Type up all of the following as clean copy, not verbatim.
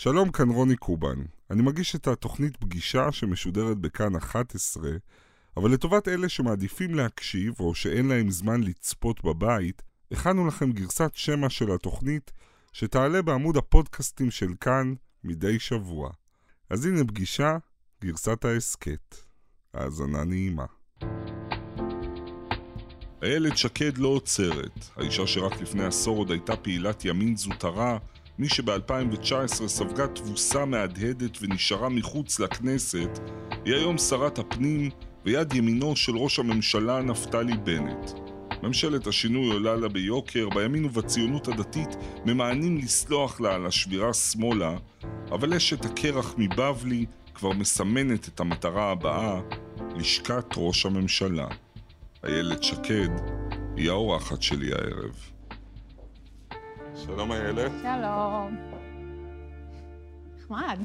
שלום, כאן רוני קובן. אני מגיש את התוכנית פגישה שמשודרת בכאן 11, אבל לטובת אלה שמעדיפים להקשיב או שאין להם זמן לצפות בבית, הכנו לכם גרסת שמע של התוכנית שתעלה בעמוד הפודקאסטים של כאן מדי שבוע. אז הנה פגישה, גרסת ההסקט. האזנה נעימה. איילת שקד לא עוצרת. האישה שרק לפני עשור עוד הייתה פעילת ימין זוטרה, מי שב-2019 ספגה תבוסה מהדהדת ונשארה מחוץ לכנסת, היא היום שרת הפנים ויד ימינו של ראש הממשלה נפתלי בנט. ממשלת השינוי עולה לה ביוקר, בימין ובציונות הדתית ממאנים לסלוח לה על השבירה שמאלה, אבל אשת הקרח מבבלי כבר מסמנת את המטרה הבאה, לשכת ראש הממשלה. איילת שקד היא האורחת שלי הערב. שלום איילת. שלום. נחמד.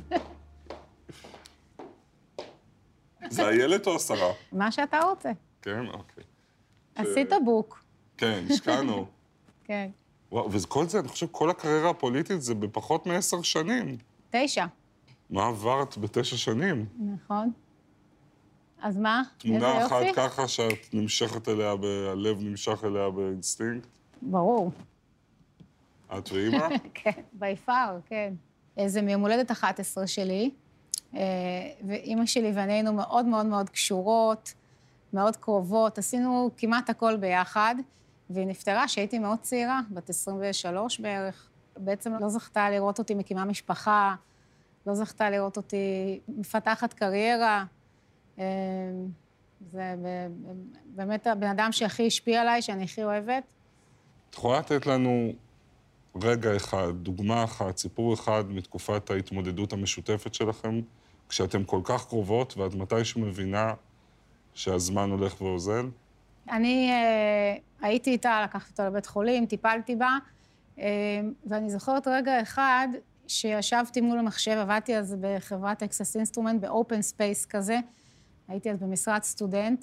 זה איילת או השרה? מה שאתה רוצה. כן, אוקיי. עשית בוק. כן, השקענו. כן. וואו, וכל זה, אני חושב, כל הקריירה הפוליטית זה בפחות מ10 שנים. 9. מה עברת ב9 שנים? נכון. אז מה? תמונה אחת ככה שאת נמשכת אליה, הלב נמשך אליה באינסטינקט? ברור. את ואמא? כן, ביפר, כן. זה מיום הולדת 11 שלי, ואמא שלי ואני היינו מאוד מאוד מאוד קשורות, מאוד קרובות, עשינו כמעט הכל ביחד, והיא נפטרה שהייתי מאוד צעירה, בת 23 בערך. בעצם לא זכתה לראות אותי מקימה משפחה, לא זכתה לראות אותי מפתחת קריירה. זה באמת הבן אדם שהכי השפיע עליי, שאני הכי אוהבת. את יכולה לתת לנו רגע אחד, דוגמה אחת, סיפור אחד מתקופת ההתמודדות המשותפת שלכם, כשאתם כל כך קרובות ואת מתישהו מבינה שהזמן הולך ואוזל? אני הייתי איתה, לקחתי אותה לבית חולים, טיפלתי בה, ואני זוכרת רגע אחד שישבתי מול המחשב, עבדתי אז בחברת אקסס אינסטרומנט, באופן ספייס כזה, הייתי אז במשרד סטודנט,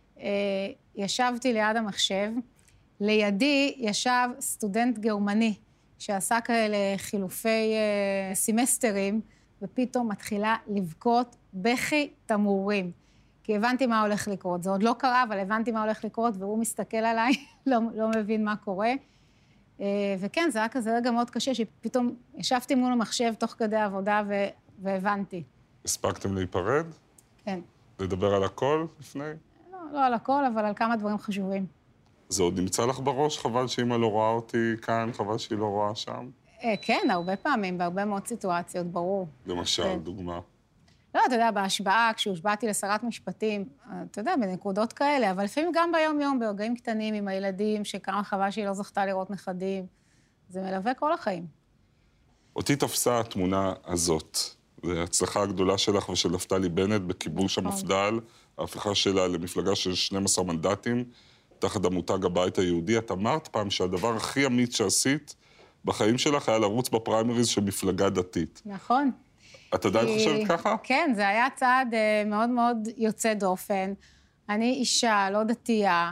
ישבתי ליד המחשב, לידי ישב סטודנט גרמני, שעשה כאלה חילופי סמסטרים, ופתאום מתחילה לבכות בכי תמורים. כי הבנתי מה הולך לקרות. זה עוד לא קרה, אבל הבנתי מה הולך לקרות, והוא מסתכל עליי, לא מבין מה קורה. וכן, זה היה כזה רגע מאוד קשה, שפתאום ישבתי מול המחשב תוך כדי עבודה והבנתי. הספקתם להיפרד? כן. לדבר על הכל לפני? לא על הכל, אבל על כמה דברים חשובים. זה עוד נמצא לך בראש? חבל שאמא לא רואה אותי כאן, חבל שהיא לא רואה שם? כן, הרבה פעמים, בהרבה מאוד סיטואציות, ברור. למשל, דוגמה. לא, אתה יודע, בהשבעה, כשהושבעתי לשרת משפטים, אתה יודע, בנקודות כאלה, אבל לפעמים גם ביום-יום, ברגעים קטנים עם הילדים, שכמה חבל שהיא לא זכתה לראות נכדים, זה מלווה כל החיים. אותי תפסה התמונה הזאת. זו ההצלחה הגדולה שלך ושל נפתלי בנט בכיבוש המפד"ל, ההפיכה שלה למפלגה של 12 מנדטים, תחת המותג הבית היהודי. את אמרת פעם שהדבר הכי אמיץ שעשית בחיים שלך היה לרוץ בפריימריז של מפלגה דתית. נכון. את עדיין חושבת ככה? כן, זה היה צעד מאוד מאוד יוצא דופן. אני אישה, לא דתייה,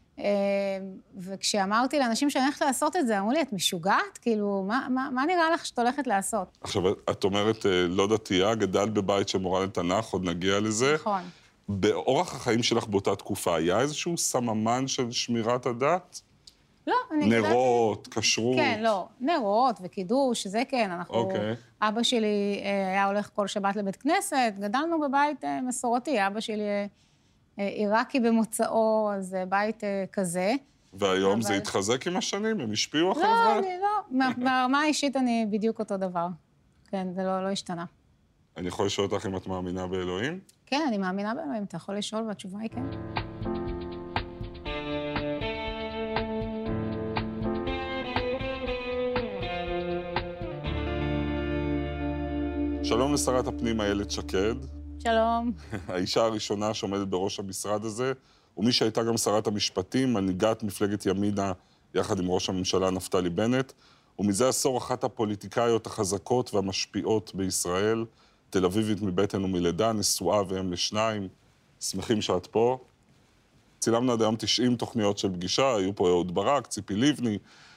וכשאמרתי לאנשים שאני הולכת לעשות את זה, אמרו לי, את משוגעת? כאילו, מה נראה לך שאת הולכת לעשות? עכשיו, את אומרת לא דתייה, גדלת בבית שמורה לתנ"ך, עוד נגיע לזה. נכון. באורח החיים שלך באותה תקופה, היה איזשהו סממן של שמירת הדת? לא, אני... נרות, כשרות. כן, לא. נרות וקידוש, זה כן. אנחנו... אבא שלי היה הולך כל שבת לבית כנסת, גדלנו בבית מסורתי. אבא שלי עיראקי במוצאו, אז בית כזה. והיום זה התחזק עם השנים? הם השפיעו החברה? לא. ברמה האישית אני בדיוק אותו דבר. כן, זה לא השתנה. אני יכול לשאול אותך אם את מאמינה באלוהים? כן, אני מאמינה באלוהים. אתה יכול לשאול, והתשובה היא כן. שלום לשרת הפנים איילת שקד. שלום. האישה הראשונה שעומדת בראש המשרד הזה, ומי שהייתה גם שרת המשפטים, מנהיגת מפלגת ימינה יחד עם ראש הממשלה נפתלי בנט, ומזה עשור אחת הפוליטיקאיות החזקות והמשפיעות בישראל, תל אביבית מבטן ומלידה, נשואה ואם לשניים. שמחים שאת פה. צילמנו עד היום 90 תוכניות של פגישה, היו פה אהוד ברק, ציפי לבני,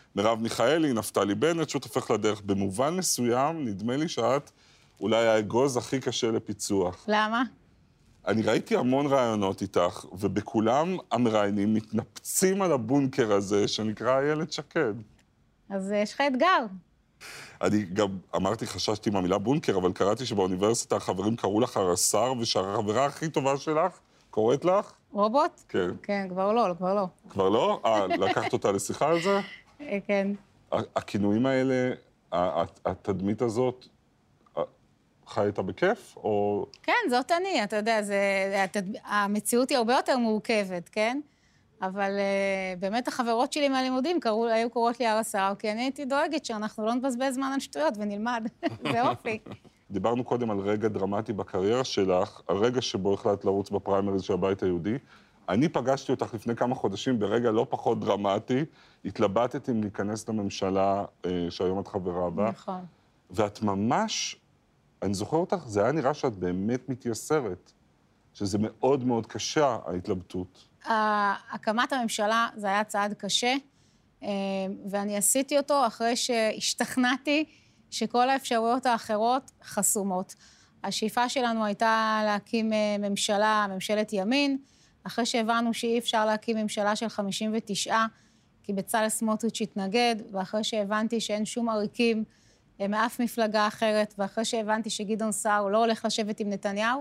מרב מיכאלי, נפתלי בנט, שותפך לדרך. במובן מסוים, נדמה לי שאת אולי האגוז הכי קשה לפיצוח. למה? אני ראיתי המון רעיונות איתך, ובכולם המראיינים מתנפצים על הבונקר הזה, שנקרא איילת שקד. אז יש לך אתגר. אני גם אמרתי, חששתי מהמילה בונקר, אבל קראתי שבאוניברסיטה החברים קראו לך הרס"ר, ושהחברה הכי טובה שלך קוראת לך? רובוט? כן. כן, כבר לא. כבר לא? לקחת אותה לשיחה על זה? כן. הכינויים האלה, התדמית הזאת, חי איתה בכיף, או... כן, זאת אני, אתה יודע, המציאות היא הרבה יותר מורכבת, כן? אבל באמת החברות שלי מהלימודים היו קוראות לי הרס"ר, כי אני הייתי דואגת שאנחנו לא נבזבז זמן על שטויות ונלמד. זה אופי. דיברנו קודם על רגע דרמטי בקריירה שלך, הרגע שבו החלטת לרוץ בפריימריז של הבית היהודי. אני פגשתי אותך לפני כמה חודשים ברגע לא פחות דרמטי, התלבטת אם להיכנס לממשלה שהיום את חברה בה. נכון. ואת ממש, אני זוכר אותך, זה היה נראה שאת באמת מתייסרת, שזה מאוד מאוד קשה, ההתלבטות. הקמת הממשלה זה היה צעד קשה, ואני עשיתי אותו אחרי שהשתכנעתי שכל האפשרויות האחרות חסומות. השאיפה שלנו הייתה להקים ממשלת ימין, אחרי שהבנו שאי אפשר להקים ממשלה של 59, כי בצלאל סמוטריץ' התנגד, ואחרי שהבנתי שאין שום עריקים מאף מפלגה אחרת, ואחרי שהבנתי שגדעון סער לא הולך לשבת עם נתניהו,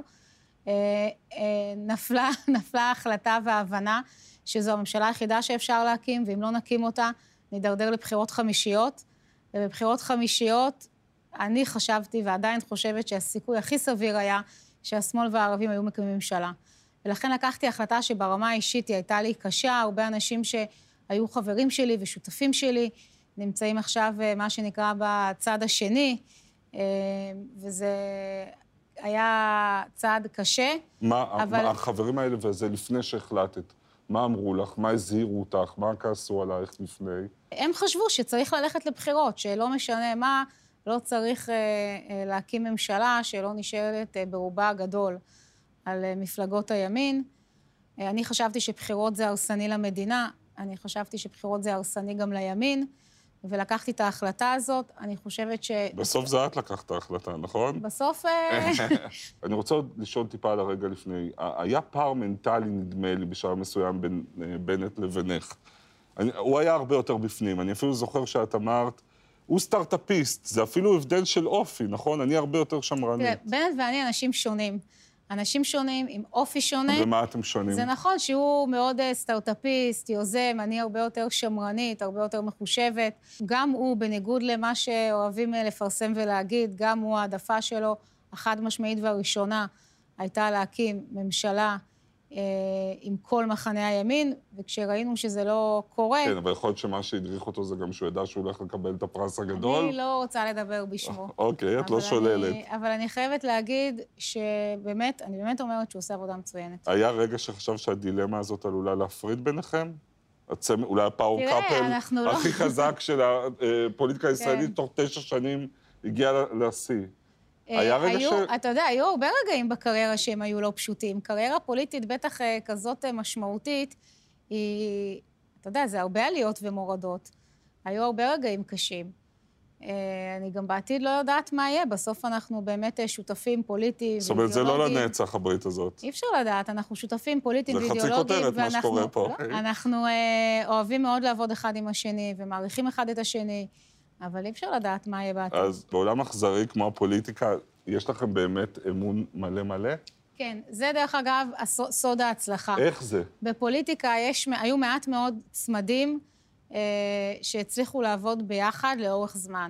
נפלה ההחלטה וההבנה שזו הממשלה היחידה שאפשר להקים, ואם לא נקים אותה, נדרדר לבחירות חמישיות. ובבחירות חמישיות אני חשבתי ועדיין חושבת שהסיכוי הכי סביר היה שהשמאל והערבים היו מקימים ממשלה. ולכן לקחתי החלטה שברמה האישית היא הייתה לי קשה, הרבה אנשים שהיו חברים שלי ושותפים שלי, נמצאים עכשיו מה שנקרא בצד השני, וזה היה צעד קשה. מה החברים האלה, וזה לפני שהחלטת, מה אמרו לך? מה הזהירו אותך? מה כעסו עלייך לפני? הם חשבו שצריך ללכת לבחירות, שלא משנה מה, לא צריך להקים ממשלה שלא נשארת ברובה הגדול על מפלגות הימין. אני חשבתי שבחירות זה הרסני למדינה, אני חשבתי שבחירות זה הרסני גם לימין, ולקחתי את ההחלטה הזאת. אני חושבת בסוף זה את לקחת את ההחלטה, נכון? בסוף... אני רוצה עוד לשאול טיפה על הרגע לפני. היה פער מנטלי, נדמה לי, בשעה מסוים בין בנט לבינך. הוא היה הרבה יותר בפנים. אני אפילו זוכר שאת אמרת, הוא סטארט-אפיסט, זה אפילו הבדל של אופי, נכון? אני הרבה יותר שמרנית. תראה, בנט ואני אנשים שונים. אנשים שונים עם אופי שונה. ומה אתם שונים? זה נכון שהוא מאוד סטארט-אפיסט, יוזם, אני הרבה יותר שמרנית, הרבה יותר מחושבת. גם הוא, בניגוד למה שאוהבים לפרסם ולהגיד, גם הוא, העדפה שלו, החד משמעית והראשונה, הייתה להקים ממשלה עם כל מחנה הימין, וכשראינו שזה לא קורה... כן, אבל יכול להיות שמה שהדריך אותו זה גם שהוא ידע שהוא הולך לקבל את הפרס הגדול. אני לא רוצה לדבר בשמו. אוקיי, את לא שוללת. אבל אני חייבת להגיד שבאמת, אני באמת אומרת שהוא עושה עבודה מצוינת. היה רגע שחשב שהדילמה הזאת עלולה להפריד ביניכם? אולי הפאור קאפל הכי חזק של הפוליטיקה הישראלית תוך 9 שנים הגיע לשיא. אתה יודע, היו הרבה רגעים בקריירה שהם היו לא פשוטים. קריירה פוליטית, בטח כזאת משמעותית, היא, אתה יודע, זה הרבה עליות ומורדות. היו הרבה רגעים קשים. אני גם בעתיד לא יודעת מה יהיה. בסוף אנחנו באמת שותפים פוליטיים ואידיאולוגיים. זאת אומרת, זה לא לנצח, הברית הזאת. אי אפשר לדעת, אנחנו שותפים פוליטיים ואידיאולוגיים. זה חצי כותרת, מה שקורה פה. אנחנו אוהבים מאוד לעבוד אחד עם השני, ומעריכים אחד את השני. אבל אי אפשר לדעת מה יהיה בעתיד. אז בעולם אכזרי כמו הפוליטיקה, יש לכם באמת אמון מלא מלא? כן, זה דרך אגב סוד ההצלחה. איך זה? בפוליטיקה היו מעט מאוד צמדים שהצליחו לעבוד ביחד לאורך זמן.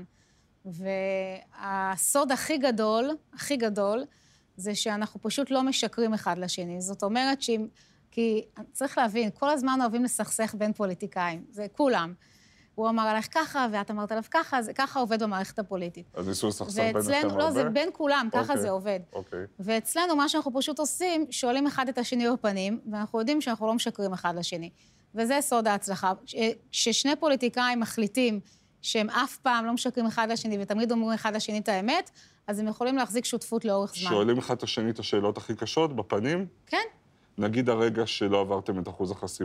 והסוד הכי גדול, זה שאנחנו פשוט לא משקרים אחד לשני. זאת אומרת כי צריך להבין, כל הזמן אוהבים לסכסך בין פוליטיקאים. זה כולם. הוא אמר עליך ככה, ואת אמרת עליו ככה, זה ככה עובד במערכת הפוליטית. אז ניסו לסכסך ביניכם הרבה? לא, זה בין כולם, ככה זה עובד. אוקיי. ואצלנו, מה שאנחנו פשוט עושים, שואלים אחד את השני בפנים, ואנחנו יודעים שאנחנו לא משקרים אחד לשני. וזה סוד ההצלחה. כששני פוליטיקאים מחליטים שהם אף פעם לא משקרים אחד לשני, ותמיד אומרים אחד לשני את האמת, אז הם יכולים להחזיק שותפות לאורך זמן. שואלים אחד את השני את השאלות הכי קשות בפנים? כן. נגיד הרגע שלא עברתם את אחוז החסימה.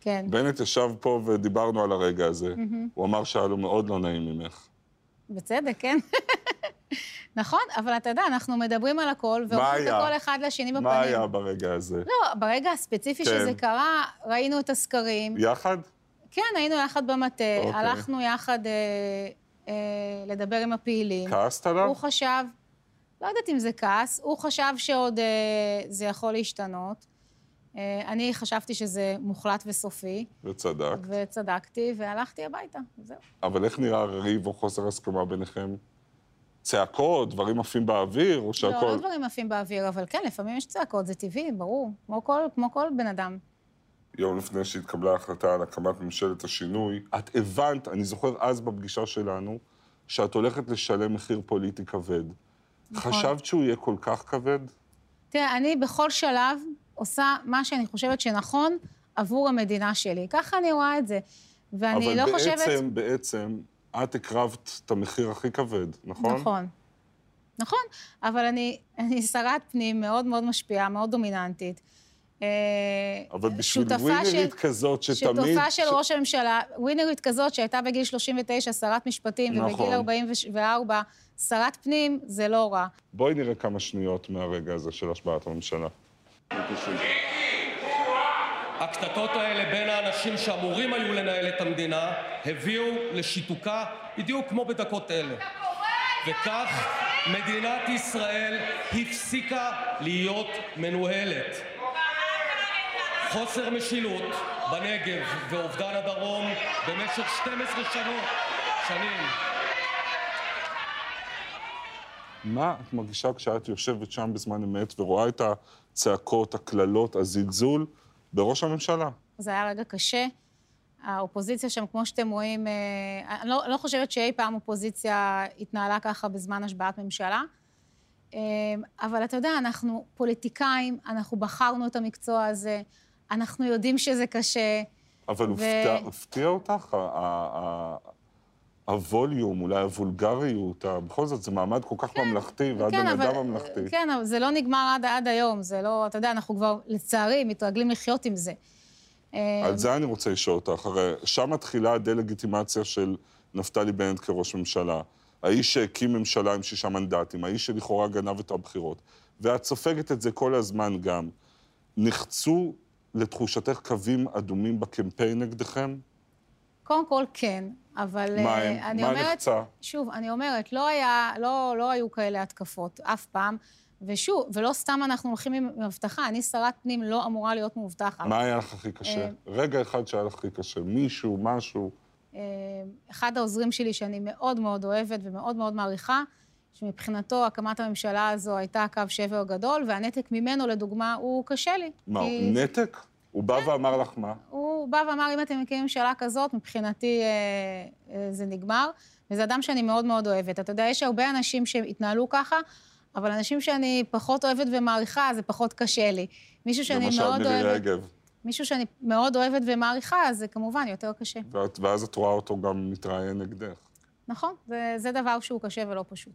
כן. בנט ישב פה ודיברנו על הרגע הזה. הוא אמר שהיה לו מאוד לא נעים ממך. בצדק, כן. נכון, אבל אתה יודע, אנחנו מדברים על הכל, ואומרים את הכל אחד לשני בפנים. מה היה ברגע הזה? לא, ברגע הספציפי שזה קרה, ראינו את הסקרים. יחד? כן, היינו יחד במטה, הלכנו יחד לדבר עם הפעילים. כעסת עליו? הוא חשב, לא יודעת אם זה כעס, הוא חשב שעוד זה יכול להשתנות. אני חשבתי שזה מוחלט וסופי. וצדקת. וצדקתי, והלכתי הביתה, זהו. אבל איך נראה ריב או חוסר הסכמה ביניכם? צעקות, דברים עפים באוויר, או שהכל... לא דברים עפים באוויר, אבל כן, לפעמים יש צעקות, זה טבעי, ברור, כמו כל בן אדם. יום לפני שהתקבלה ההחלטה על הקמת ממשלת השינוי, את הבנת, אני זוכר אז בפגישה שלנו, שאת הולכת לשלם מחיר פוליטי כבד. נכון. חשבת שהוא יהיה כל כך כבד? תראה, אני בכל שלב עושה מה שאני חושבת שנכון עבור המדינה שלי. ככה אני רואה את זה. ואני לא חושבת... אבל בעצם, את הקרבת את המחיר הכי כבד, נכון? נכון. נכון, אבל אני שרת פנים מאוד מאוד משפיעה, מאוד דומיננטית. אבל בשביל ווינרית כזאת שתמיד... שותפה של ראש הממשלה, ווינרית כזאת שהייתה בגיל 39 שרת משפטים, נכון. ובגיל 44 שרת פנים, זה לא רע. בואי נראה כמה שניות מהרגע הזה של השבעת הממשלה. הקטטות האלה בין האנשים שאמורים היו לנהל את המדינה הביאו לשיתוקה בדיוק כמו בדקות אלה. וכך מדינת ישראל הפסיקה להיות מנוהלת. חוסר משילות בנגב ואובדן הדרום במשך 12 שנים. מה את מרגישה כשאת יושבת שם בזמן אמת ורואה את הצעקות, הקללות, הזלזול בראש הממשלה? זה היה רגע קשה. האופוזיציה שם, כמו שאתם רואים, אני לא חושבת שאי פעם אופוזיציה התנהלה ככה בזמן השבעת ממשלה. אבל אתה יודע, אנחנו פוליטיקאים, אנחנו בחרנו את המקצוע הזה, אנחנו יודעים שזה קשה. אבל הפתיע אותך? הווליום, אולי הוולגריות, בכל זאת זה מעמד כל כך ממלכתי, ואת בן אדם ממלכתי. כן, אבל זה לא נגמר עד היום, זה לא, אתה יודע, אנחנו כבר לצערי מתרגלים לחיות עם זה. על זה אני רוצה לשאול אותך, הרי שם מתחילה הדה-לגיטימציה של נפתלי בנט כראש ממשלה, האיש שהקים ממשלה עם 6 מנדטים, האיש שלכאורה גנב את הבחירות, ואת סופגת את זה כל הזמן גם. נחצו לתחושתך קווים אדומים בקמפיין נגדכם? קודם כל כן, אבל מה הם? מה נחצה? שוב, אני אומרת, לא היו כאלה התקפות אף פעם, ושוב, ולא סתם אנחנו הולכים עם הבטחה, אני שרת פנים לא אמורה להיות מאובטחת. מה היה לך הכי קשה? רגע אחד שהיה לך הכי קשה, מישהו, משהו? אחד העוזרים שלי שאני מאוד מאוד אוהבת ומאוד מאוד מעריכה, שמבחינתו הקמת הממשלה הזו הייתה קו שבר גדול, והנתק ממנו, לדוגמה, הוא קשה לי. מה, נתק? הוא בא ואמר לך מה? הוא בא ואמר, אם אתם מקימים ממשלה כזאת, מבחינתי זה נגמר, וזה אדם שאני מאוד מאוד אוהבת. אתה יודע, יש הרבה אנשים שהתנהלו ככה, אבל אנשים שאני פחות אוהבת ומעריכה, זה פחות קשה לי. מישהו שאני מאוד אוהבת... למשל מירי רגב. מישהו שאני מאוד אוהבת ומעריכה, זה כמובן יותר קשה. ואז את רואה אותו גם מתראיין נגדך. נכון, זה דבר שהוא קשה ולא פשוט.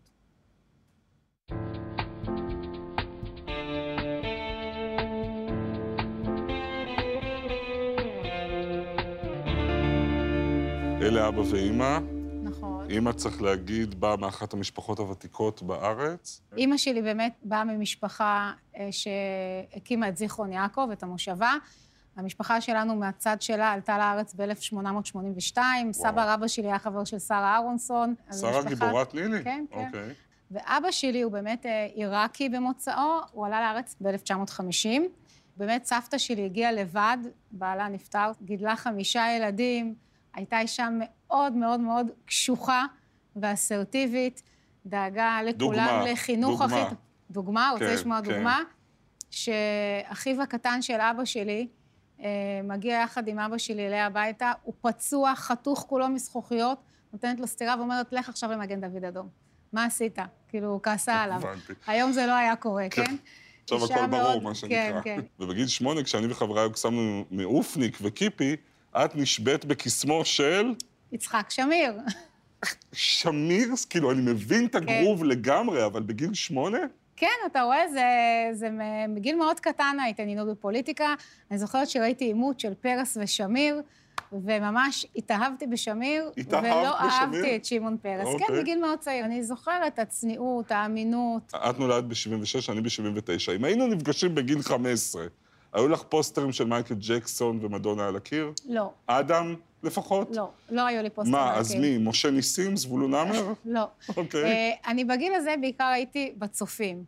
אלה אבא ואמא. נכון. אמא, צריך להגיד, באה מאחת המשפחות הוותיקות בארץ. אמא שלי באמת באה ממשפחה שהקימה את זיכרון יעקב, את המושבה. המשפחה שלנו מהצד שלה עלתה לארץ ב-1882. סבא רבא שלי היה חבר של שרה אהרונסון. שרה גיבורת נילי? כן, כן. אוקיי. ואבא שלי הוא באמת עיראקי במוצאו, הוא עלה לארץ ב-1950. באמת סבתא שלי הגיעה לבד, בעלה נפטר, גידלה 5 ילדים, הייתה אישה מאוד מאוד מאוד קשוחה ואסרטיבית, דאגה לכולם לחינוך הכי... דוגמה, רוצה לשמוע דוגמה, שאחיו הקטן של אבא שלי מגיע יחד עם אבא שלי אליה הביתה, הוא פצוע, חתוך כולו מזכוכיות, נותנת לו סטירה ואומרת, לך עכשיו למגן דוד אדום. מה עשית? כאילו, הוא כעסה עליו. היום זה לא היה קורה, כן? עכשיו הכל ברור, מה שנקרא. ובגיל 8, כשאני וחבריי קסמנו מאופניק וקיפי, את נשבט בקסמו של... יצחק שמיר. שמיר? כאילו, אני מבין את הגרוב לגמרי, אבל בגיל 8? כן, אתה רואה, זה מגיל מאוד קטן ההתעניינות בפוליטיקה. אני זוכרת שראיתי עימות של פרס ושמיר, וממש התאהבתי בשמיר, ולא אהבתי את שמעון פרס. כן, בגיל מאוד צעיר. אני זוכרת את הצניעות, האמינות. את נולדת ב-76, אני ב-79. אם היינו נפגשים בגיל 15, היו לך פוסטרים של מייקל ג'קסון ומדונה על הקיר? לא. אדם לפחות? לא, לא היו לי פוסטרים על הקיר. מה, אז מי? משה ניסים? זבולון המר? לא. אוקיי. אני בגיל הזה בעיקר הייתי בצופים.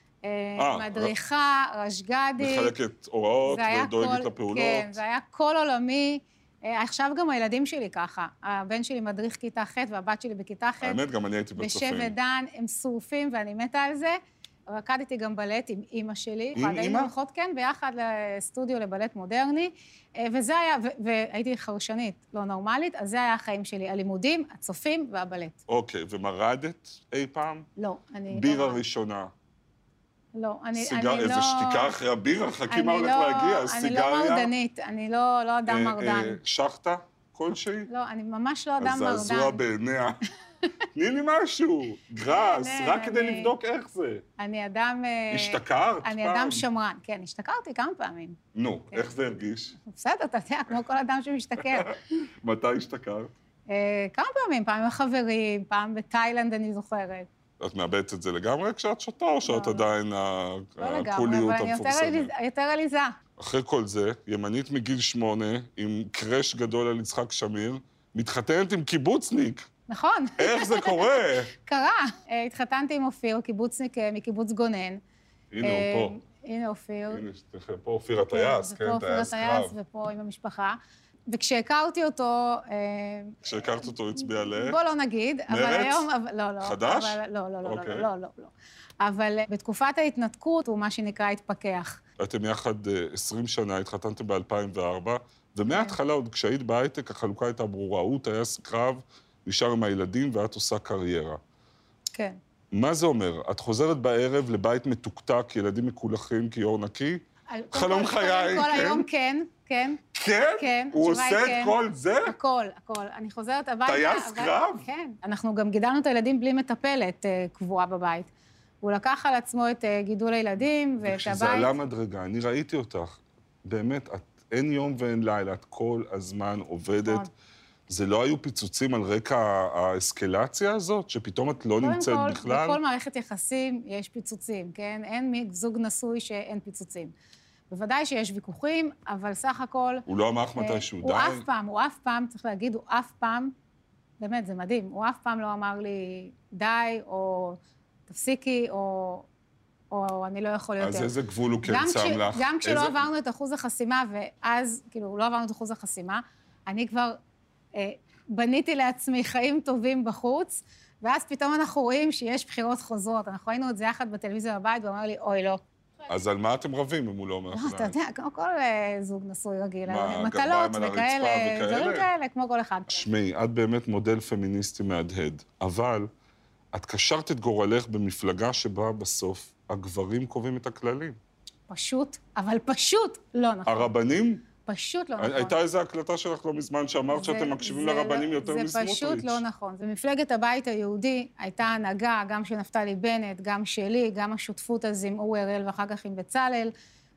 מדריכה, רשגדית. מחלקת הוראות ודואגת לפעולות. כן, זה היה כל עולמי. עכשיו גם הילדים שלי ככה. הבן שלי מדריך כיתה ח' והבת שלי בכיתה ח'. האמת, גם אני הייתי בצופים. בשבט דן, הם שורפים ואני מתה על זה. רקדתי גם בלט עם אמא שלי. עם אמא? הולכות, כן, ביחד לסטודיו לבלט מודרני. וזה היה, והייתי חרשנית, לא נורמלית, אז זה היה החיים שלי, הלימודים, הצופים והבלט. אוקיי, ומרדת אי פעם? לא, אני... בירה ראשונה. לא, אני לא... איזה שתיקה אחרי הבירה, חכי מה הולך להגיע, סיגריה. אני לא מרדנית, אני לא אדם מרדן. שחטה כלשהי? לא, אני ממש לא אדם מרדן. הזעזוע בעיניה. תני לי משהו, גרס, רק כדי לבדוק איך זה. אני אדם... השתכרת פעם? אני אדם שמרן, כן, השתכרתי כמה פעמים. נו, איך זה הרגיש? בסדר, אתה יודע, כמו כל אדם שמשתכר. מתי השתכרת? כמה פעמים, פעם עם החברים, פעם בתאילנד, אני זוכרת. את מאבדת את זה לגמרי כשאת שותה, או שאת עדיין הקוליות המפורסמת? לא לגמרי, אבל אני יותר עליזה. אחרי כל זה, ימנית מגיל 8, עם קרש גדול על יצחק שמיר, מתחתנת עם קיבוצניק. נכון. איך זה קורה? קרה. התחתנתי עם אופיר, קיבוצניק מקיבוץ גונן. הנה הוא פה. הנה אופיר. הנה, פה אופיר הטייס, כן, טייס קרב. ופה עם המשפחה. וכשהכרתי אותו... כשהכרת אותו הצביע ל... בוא לא נגיד, אבל היום... לא. חדש? לא. אבל בתקופת ההתנתקות הוא מה שנקרא התפכח. אתם יחד 20 שנה, התחתנתם ב-2004, ומההתחלה עוד כשהיית בהייטק, החלוקה הייתה ברורה. הוא טייס קרב, נשאר עם הילדים, ואת עושה קריירה. כן. מה זה אומר? את חוזרת בערב לבית מתוקתק, ילדים מקולחים כיור נקי? חלום חיי, כל היום כן. כן? כן. הוא עושה את כל זה? הכל. אני חוזרת הביתה. טייס קרב? כן. אנחנו גם גידלנו את הילדים בלי מטפלת קבועה בבית. הוא לקח על עצמו את גידול הילדים ואת הבית. וכשזה עלה מדרגה, אני ראיתי אותך. באמת, אין יום ואין לילה, את כל הזמן עובדת. זה לא היו פיצוצים על רקע האסקלציה הזאת, שפתאום את לא נמצאת בכלל? בכל מערכת יחסים יש פיצוצים, כן? אין זוג נשוי שאין פיצוצים. בוודאי שיש ויכוחים, אבל סך הכל... הוא לא אמר לך מתישהו, די? הוא אף פעם, צריך להגיד, הוא אף פעם, באמת, זה מדהים, הוא אף פעם לא אמר לי די, או תפסיקי, או אני לא יכול יותר. אז איזה גבול הוא כן שם לך? גם כשלא עברנו את אחוז החסימה, ואז, כאילו, לא עברנו את אחוז החסימה, אני כבר בניתי לעצמי חיים טובים בחוץ, ואז פתאום אנחנו רואים שיש בחירות חוזרות. אנחנו ראינו את זה יחד בטלוויזיה בבית, והוא אומר לי, אוי, לא. אז על מה אתם רבים אם הוא לא אומר? לא, אתה יודע, כמו כל זוג נשוי רגיל, מטלות וכאלה, דברים כאלה, כמו כל אחד. שמי, את באמת מודל פמיניסטי מהדהד, אבל את קשרת את גורלך במפלגה שבה בסוף הגברים קובעים את הכללים. פשוט, אבל פשוט לא נכון. הרבנים? פשוט לא נכון. הייתה איזו הקלטה שלך לא מזמן שאמרת שאתם מקשיבים לרבנים יותר מסמוטריץ'. זה פשוט לא נכון. במפלגת הבית היהודי הייתה הנהגה, גם של נפתלי בנט, גם שלי, גם השותפות אז עם אורי אריאל ואחר כך עם בצלאל,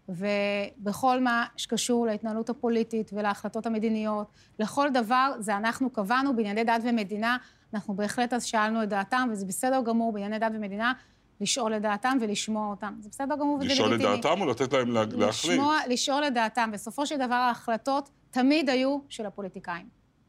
ובכל מה שקשור להתנהלות הפוליטית ולהחלטות המדיניות, לכל דבר זה אנחנו קבענו בענייני דת ומדינה, אנחנו בהחלט אז שאלנו את דעתם, וזה בסדר גמור בענייני דת ומדינה, לשאול את דעתם ולשמוע אותם. זה בסדר גמור וזה לגיטימי. לשאול את דעתם או לתת להם להחליט? לשאול את דעתם. בסופו של דבר ההחלטות תמיד היו של הפוליטיקאים.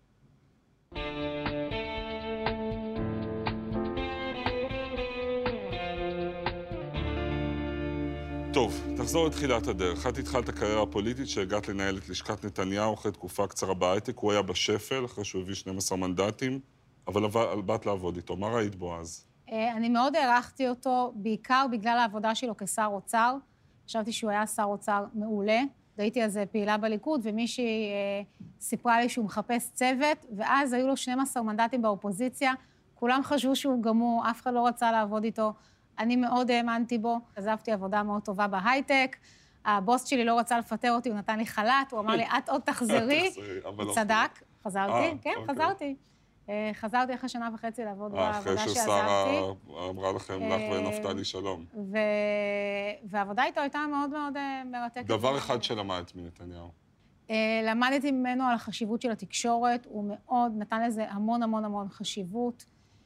טוב, תחזור לתחילת הדרך. את התחלת הקריירה הפוליטית שהגעת לנהל את לשכת נתניהו אחרי תקופה קצרה בהייטק. הוא היה בשפל אחרי שהוא הביא 12 מנדטים, אבל באת לעבוד איתו. מה ראית בו אז? אני מאוד הערכתי אותו, בעיקר בגלל העבודה שלו כשר אוצר. חשבתי שהוא היה שר אוצר מעולה. הייתי אז פעילה בליכוד, ומישהי סיפרה לי שהוא מחפש צוות, ואז היו לו 12 מנדטים באופוזיציה. כולם חשבו שהוא גמור, אף אחד לא רצה לעבוד איתו. אני מאוד האמנתי בו. עזבתי עבודה מאוד טובה בהייטק. הבוס שלי לא רצה לפטר אותי, הוא נתן לי חל"ת, הוא אמר לי, את עוד תחזרי. צדק, חזרתי, כן, חזרתי. חזרתי אחרי 1.5 שנה לעבוד בעבודה שעזבתי. אחרי ששרה אמרה לכם לך ונפתלי שלום. והעבודה איתו הייתה מאוד מאוד מרתקת. דבר אחד שלמדת מנתניהו. למדתי ממנו על החשיבות של התקשורת, הוא מאוד נתן לזה המון המון המון חשיבות.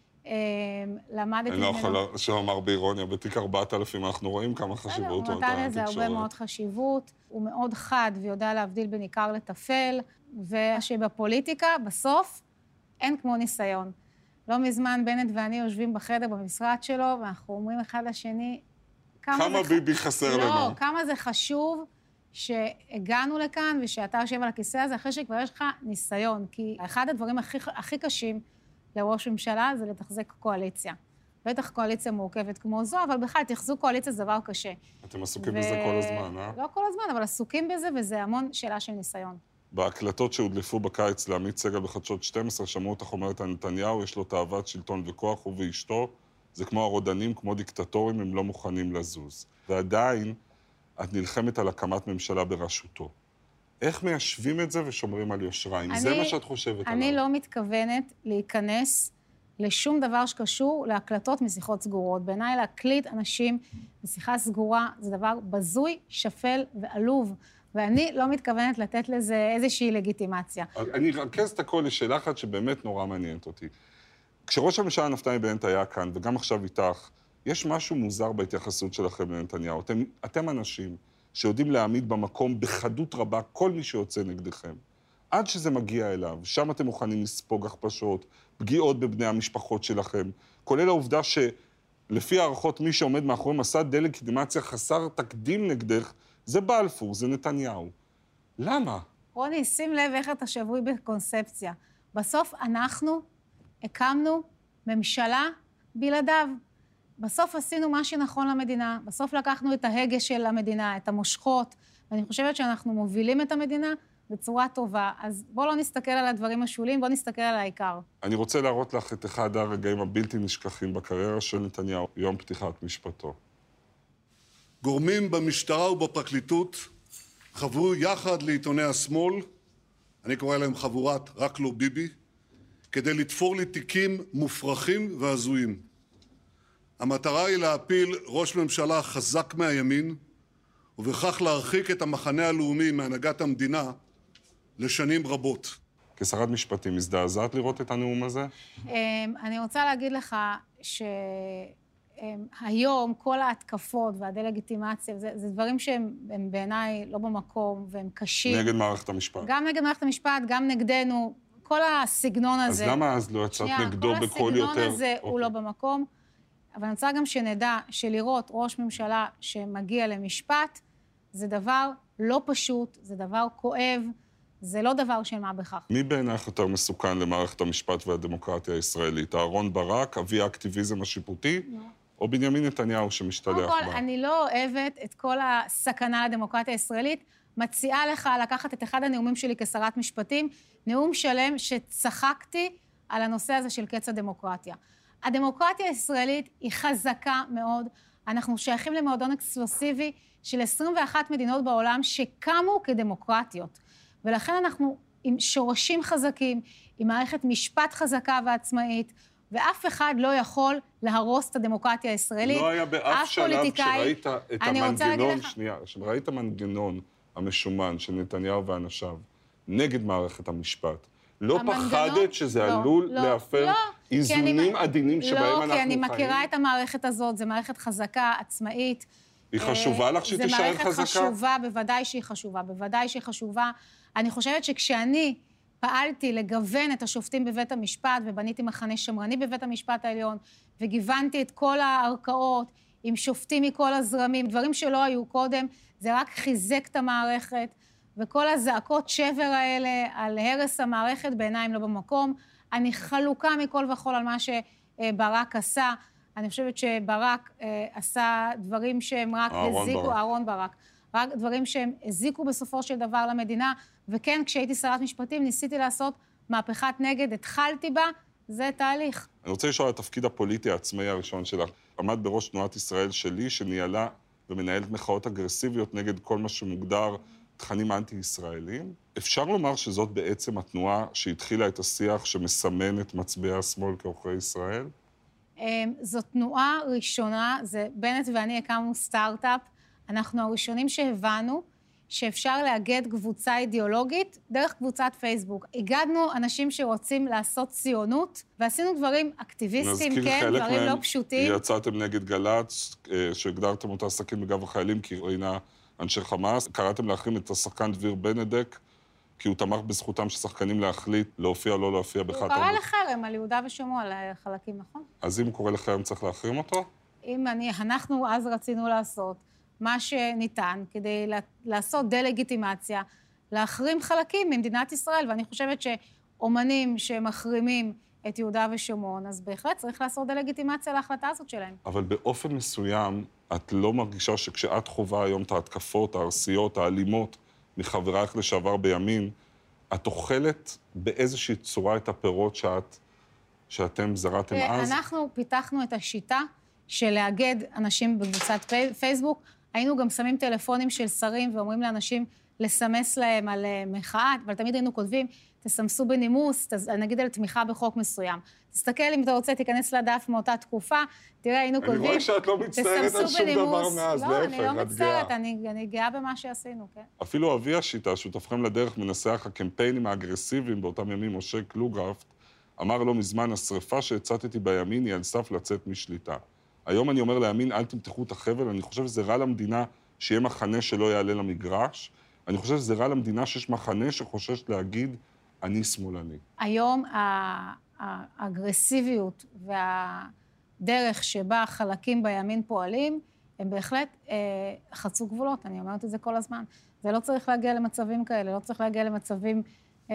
למדתי ממנו... אני לא יכול שאומר באירוניה, בתיק 4000 אנחנו רואים כמה חשיבות הוא נתן לתקשורת. הוא נתן לזה הרבה מאוד חשיבות, הוא מאוד חד ויודע להבדיל בין עיקר לטפל, ושבפוליטיקה, בסוף, אין כמו ניסיון. לא מזמן בנט ואני יושבים בחדר במשרד שלו, ואנחנו אומרים אחד לשני, כמה ביבי חסר לנו. לא, כמה זה חשוב שהגענו לכאן, ושאתה יושב על הכיסא הזה, אחרי שכבר יש לך ניסיון. כי אחד הדברים הכי קשים לראש ממשלה זה לתחזק קואליציה. בטח קואליציה מורכבת כמו זו, אבל בכלל, תחזוק קואליציה זה דבר קשה. אתם עסוקים בזה כל הזמן, אה? לא כל הזמן, אבל עסוקים בזה, וזה המון שאלה של ניסיון. בהקלטות שהודלפו בקיץ לעמית סגל בחדשות 12, שמעו אותך אומרת על נתניהו, יש לו תאוות שלטון וכוח, הוא ואשתו, זה כמו הרודנים, כמו דיקטטורים, הם לא מוכנים לזוז. ועדיין, את נלחמת על הקמת ממשלה בראשותו. איך מיישבים את זה ושומרים על יושריים? זה מה שאת חושבת עליו. אני לא מתכוונת להיכנס לשום דבר שקשור להקלטות משיחות סגורות. בעיניי להקליט אנשים בשיחה סגורה זה דבר בזוי, שפל ועלוב. ואני לא מתכוונת לתת לזה איזושהי לגיטימציה. אני ארכז את הכל לשאלה אחת שבאמת נורא מעניינת אותי. כשראש הממשלה נפתלי בנט היה כאן, וגם עכשיו איתך, יש משהו מוזר בהתייחסות שלכם לנתניהו. אתם אנשים שיודעים להעמיד במקום בחדות רבה כל מי שיוצא נגדכם. עד שזה מגיע אליו, שם אתם מוכנים לספוג הכפשות, פגיעות בבני המשפחות שלכם, כולל העובדה שלפי הערכות מי שעומד מאחורי מסע דה-לגיטימציה חסר תקדים נגדך, זה בלפור, זה נתניהו. למה? רוני, שים לב איך אתה שבוי בקונספציה. בסוף אנחנו הקמנו ממשלה בלעדיו. בסוף עשינו מה שנכון למדינה, בסוף לקחנו את ההגה של המדינה, את המושכות, ואני חושבת שאנחנו מובילים את המדינה בצורה טובה. אז בואו לא נסתכל על הדברים השוליים, בואו נסתכל על העיקר. אני רוצה להראות לך את אחד הרגעים הבלתי נשכחים בקריירה של נתניהו, יום פתיחת משפטו. גורמים במשטרה ובפרקליטות חברו יחד לעיתוני השמאל, אני קורא להם חבורת רק לא ביבי, כדי לתפור לי תיקים מופרכים והזויים. המטרה היא להפיל ראש ממשלה חזק מהימין, ובכך להרחיק את המחנה הלאומי מהנהגת המדינה לשנים רבות. כשרת משפטים, הזדעזעת לראות את הנאום הזה? אני רוצה להגיד לך שהיום כל ההתקפות והדה-לגיטימציה, זה דברים שהם בעיניי לא במקום, והם קשים. נגד מערכת המשפט. גם נגד מערכת המשפט, גם נגדנו. כל הסגנון הזה... אז למה אז לא יצאת נגדו בכל יותר? כל הסגנון הזה הוא לא במקום. אבל אני רוצה גם שנדע שלראות ראש ממשלה שמגיע למשפט, זה דבר לא פשוט, זה דבר כואב, זה לא דבר של מה בכך. מי בעינייך יותר מסוכן למערכת המשפט והדמוקרטיה הישראלית? אהרון ברק, אבי האקטיביזם השיפוטי, או בנימין נתניהו שמשתלח בה? קודם כל, אני לא אוהבת את כל הסכנה לדמוקרטיה הישראלית, מציעה לך לקחת את אחד הנאומים שלי כשרת משפטים, נאום שלם שצחקתי על הנושא הזה של קץ הדמוקרטיה. הדמוקרטיה הישראלית היא חזקה מאוד. אנחנו שייכים למועדון אקסקלוסיבי של 21 מדינות בעולם שקמו כדמוקרטיות. ולכן אנחנו עם שורשים חזקים, עם מערכת משפט חזקה ועצמאית, ואף אחד לא יכול להרוס את הדמוקרטיה הישראלית. לא היה באף שלב שראית את המנגנון, שראית המנגנון המשומן של נתניהו ואנשיו נגד מערכת המשפט. לא פחדת שזה עלול להפר איזונים עדינים שבהם אנחנו חיים? לא, כי אני מכירה את המערכת הזאת, זו מערכת חזקה, עצמאית. היא חשובה לך שהיא תישאר חזקה? זו מערכת חשובה, בוודאי שהיא חשובה. אני חושבת שכשאני פעלתי לגוון את השופטים בבית המשפט, ובניתי מחנה שמרני בבית המשפט העליון, וגיוונתי את כל הערכאות עם שופטים מכל הזרמים, דברים שלא היו קודם, זה רק חיזק את המערכת, וכל הזעקות שבר האלה על הרס המערכת בעיניים לא במקום. אני חלוקה מכל וכל על מה שברק עשה. אני חושבת שברק עשה דברים שהם רק הזיקו, אהרון ברק, רק דברים שהם הזיקו בסופו של דבר למדינה, וכן, כשהייתי שרת משפטים, ניסיתי לעשות מהפכת נגד, התחלתי בה, זה תהליך. אני רוצה לשאול על התפקיד הפוליטי העצמאי הראשון שלך. עמד בראש תנועת ישראל שלי, שניהלה ומנהלת מחאות אגרסיביות נגד כל מה שמוגדר תכנים אנטי-ישראלים. אפשר לומר שזאת בעצם התנועה שהתחילה את השיח שמסמן את מצביעי השמאל כעוכרי ישראל? זו תנועה ראשונה, זה בנט ואני הקמנו סטארט-אפ, אנחנו הראשונים שהבנו שאפשר לאגד קבוצה אידיאולוגית דרך קבוצת פייסבוק. הגדנו אנשים שרוצים לעשות ציונות, ועשינו דברים אקטיביסטים, כן, דברים לא פשוטים. יצאתם נגד גל"צ, שהגדרתם אותה סכין בגב החיילים, כי ראינה אנשי חמאס. קראתם להחרים את השחקן דביר בנדק, כי הוא תמך בזכותם של שחקנים להחליט להופיע או לא להופיע הוא קרא לחרם על יהודה ושומרון, על חלקים, נכון? אז אם הוא קורא לחרם, צריך להחרים אותו? אנחנו אז רצינו לעשות מה שניתן כדי לעשות דה-לגיטימציה, להחרים חלקים ממדינת ישראל, ואני חושבת שאומנים שמחרימים את יהודה ושומרון, אז בהחלט צריך לעשות דה-לגיטימציה להחלטה הזאת שלהם. אבל באופן מסוים, את לא מרגישה שכשאת חובה היום את ההתקפות, הארסיות, האלימות, מחברייך לשעבר בימין, את אוכלת באיזושהי צורה את הפירות שאתם זרעתם אז? אנחנו פיתחנו את השיטה של לאגד אנשים בקבוצת פייסבוק. היינו גם שמים טלפונים של שרים ואומרים לאנשים לסמס להם על מחאה, אבל תמיד היינו כותבים, תסמסו בנימוס, נגיד על תמיכה בחוק מסוים. תסתכל אם אתה רוצה, תיכנס לדף מאותה תקופה, תראה, היינו כותבים, אני רואה שאת לא מצטערת על שום דבר מאז, לא, אני לא מצטערת, אני גאה במה שעשינו, כן. אפילו אבי השיטה, שותפכם לדרך מנסח הקמפיינים האגרסיביים באותם ימים, משה קלוגרפט, אמר לא מזמן, השריפה שהצטתי בימין היא על סף לצאת משליטה. היום אני אומר לימין, אל תמתחו את החבל, אני חושב שזה רע למדינה שיהיה מחנה שלא יעלה למגרש, אני חושב שזה רע למדינה שיש מחנה שחושש להגיד, אני שמאלני. היום האגרסיביות והדרך שבה חלקים בימין פועלים, הם בהחלט חצו גבולות, אני אומרת את זה כל הזמן. זה לא צריך להגיע למצבים כאלה, לא צריך להגיע למצבים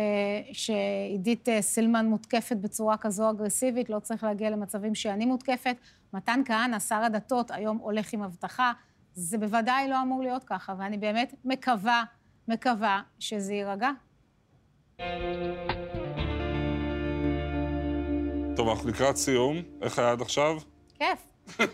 שעידית סילמן מותקפת בצורה כזו אגרסיבית, לא צריך להגיע למצבים שאני מותקפת. מתן כהנא, שר הדתות, היום הולך עם הבטחה, זה בוודאי לא אמור להיות ככה, ואני באמת מקווה שזה יירגע. טוב, אנחנו לקראת סיום. איך היה עד עכשיו? כיף.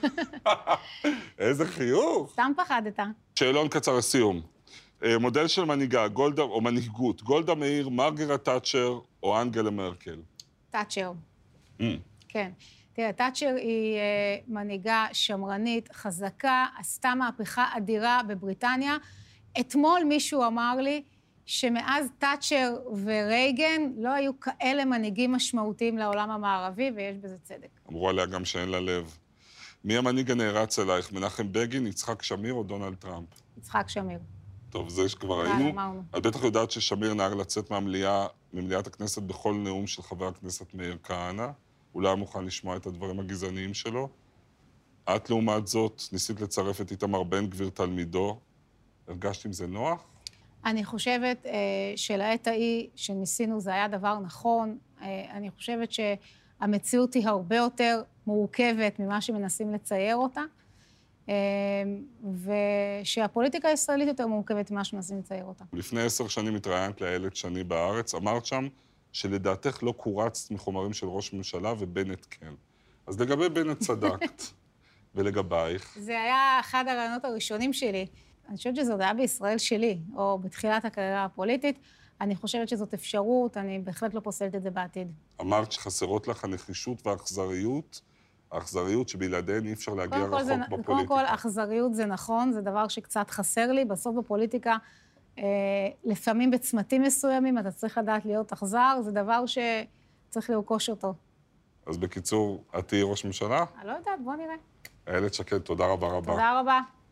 איזה חיוך. סתם פחדת. שאלון קצר לסיום. מודל של מנהיגה, גולדה, או מנהיגות, גולדה מאיר, מרגרט תאצ'ר או אנגלה מרקל? תאצ'ר. כן. תראה, תאצ'ר היא מנהיגה שמרנית, חזקה, עשתה מהפכה אדירה בבריטניה. אתמול מישהו אמר לי שמאז תאצ'ר ורייגן לא היו כאלה מנהיגים משמעותיים לעולם המערבי, ויש בזה צדק. אמרו עליה גם שאין לה לב. מי המנהיג הנערץ אלייך, מנחם בגין, יצחק שמיר או דונלד טראמפ? יצחק שמיר. טוב, זה שכבר היינו. את בטח יודעת ששמיר נהג לצאת ממליאת הכנסת בכל נאום של חבר הכנסת מאיר כהנא. אולי היה מוכן לשמוע את הדברים הגזעניים שלו. את, לעומת זאת, ניסית לצרף את איתמר בן גביר תלמידו. הרגשת עם זה נוח? אני חושבת שלעת ההיא שניסינו זה היה דבר נכון. אני חושבת שהמציאות היא הרבה יותר מורכבת ממה שמנסים לצייר אותה, ושהפוליטיקה הישראלית יותר מורכבת ממה שמנסים לצייר אותה. לפני 10 שנים התראיינת לאיילת שני בארץ, אמרת שם שלדעתך לא קורצת מחומרים של ראש ממשלה ובנט כן. אז לגבי בנט צדקת, ולגבייך. זה היה אחד הרעיונות הראשונים שלי. אני חושבת שזאת היה בישראל שלי, או בתחילת הקריירה הפוליטית. אני חושבת שזאת אפשרות, אני בהחלט לא פוסלת את זה בעתיד. אמרת שחסרות לך הנחישות והאכזריות, האכזריות שבלעדיהן אי אפשר להגיע רחוק בפוליטיקה. קודם כל, אכזריות זה נכון, זה דבר שקצת חסר לי. בסוף בפוליטיקה, לפעמים בצמתים מסוימים, אתה צריך לדעת להיות אכזר, זה דבר שצריך לרכוש אותו. אז בקיצור, את תהיי ראש ממשלה? אני לא יודעת, בוא נראה. איילת שקד, תודה רבה רבה. תודה רבה.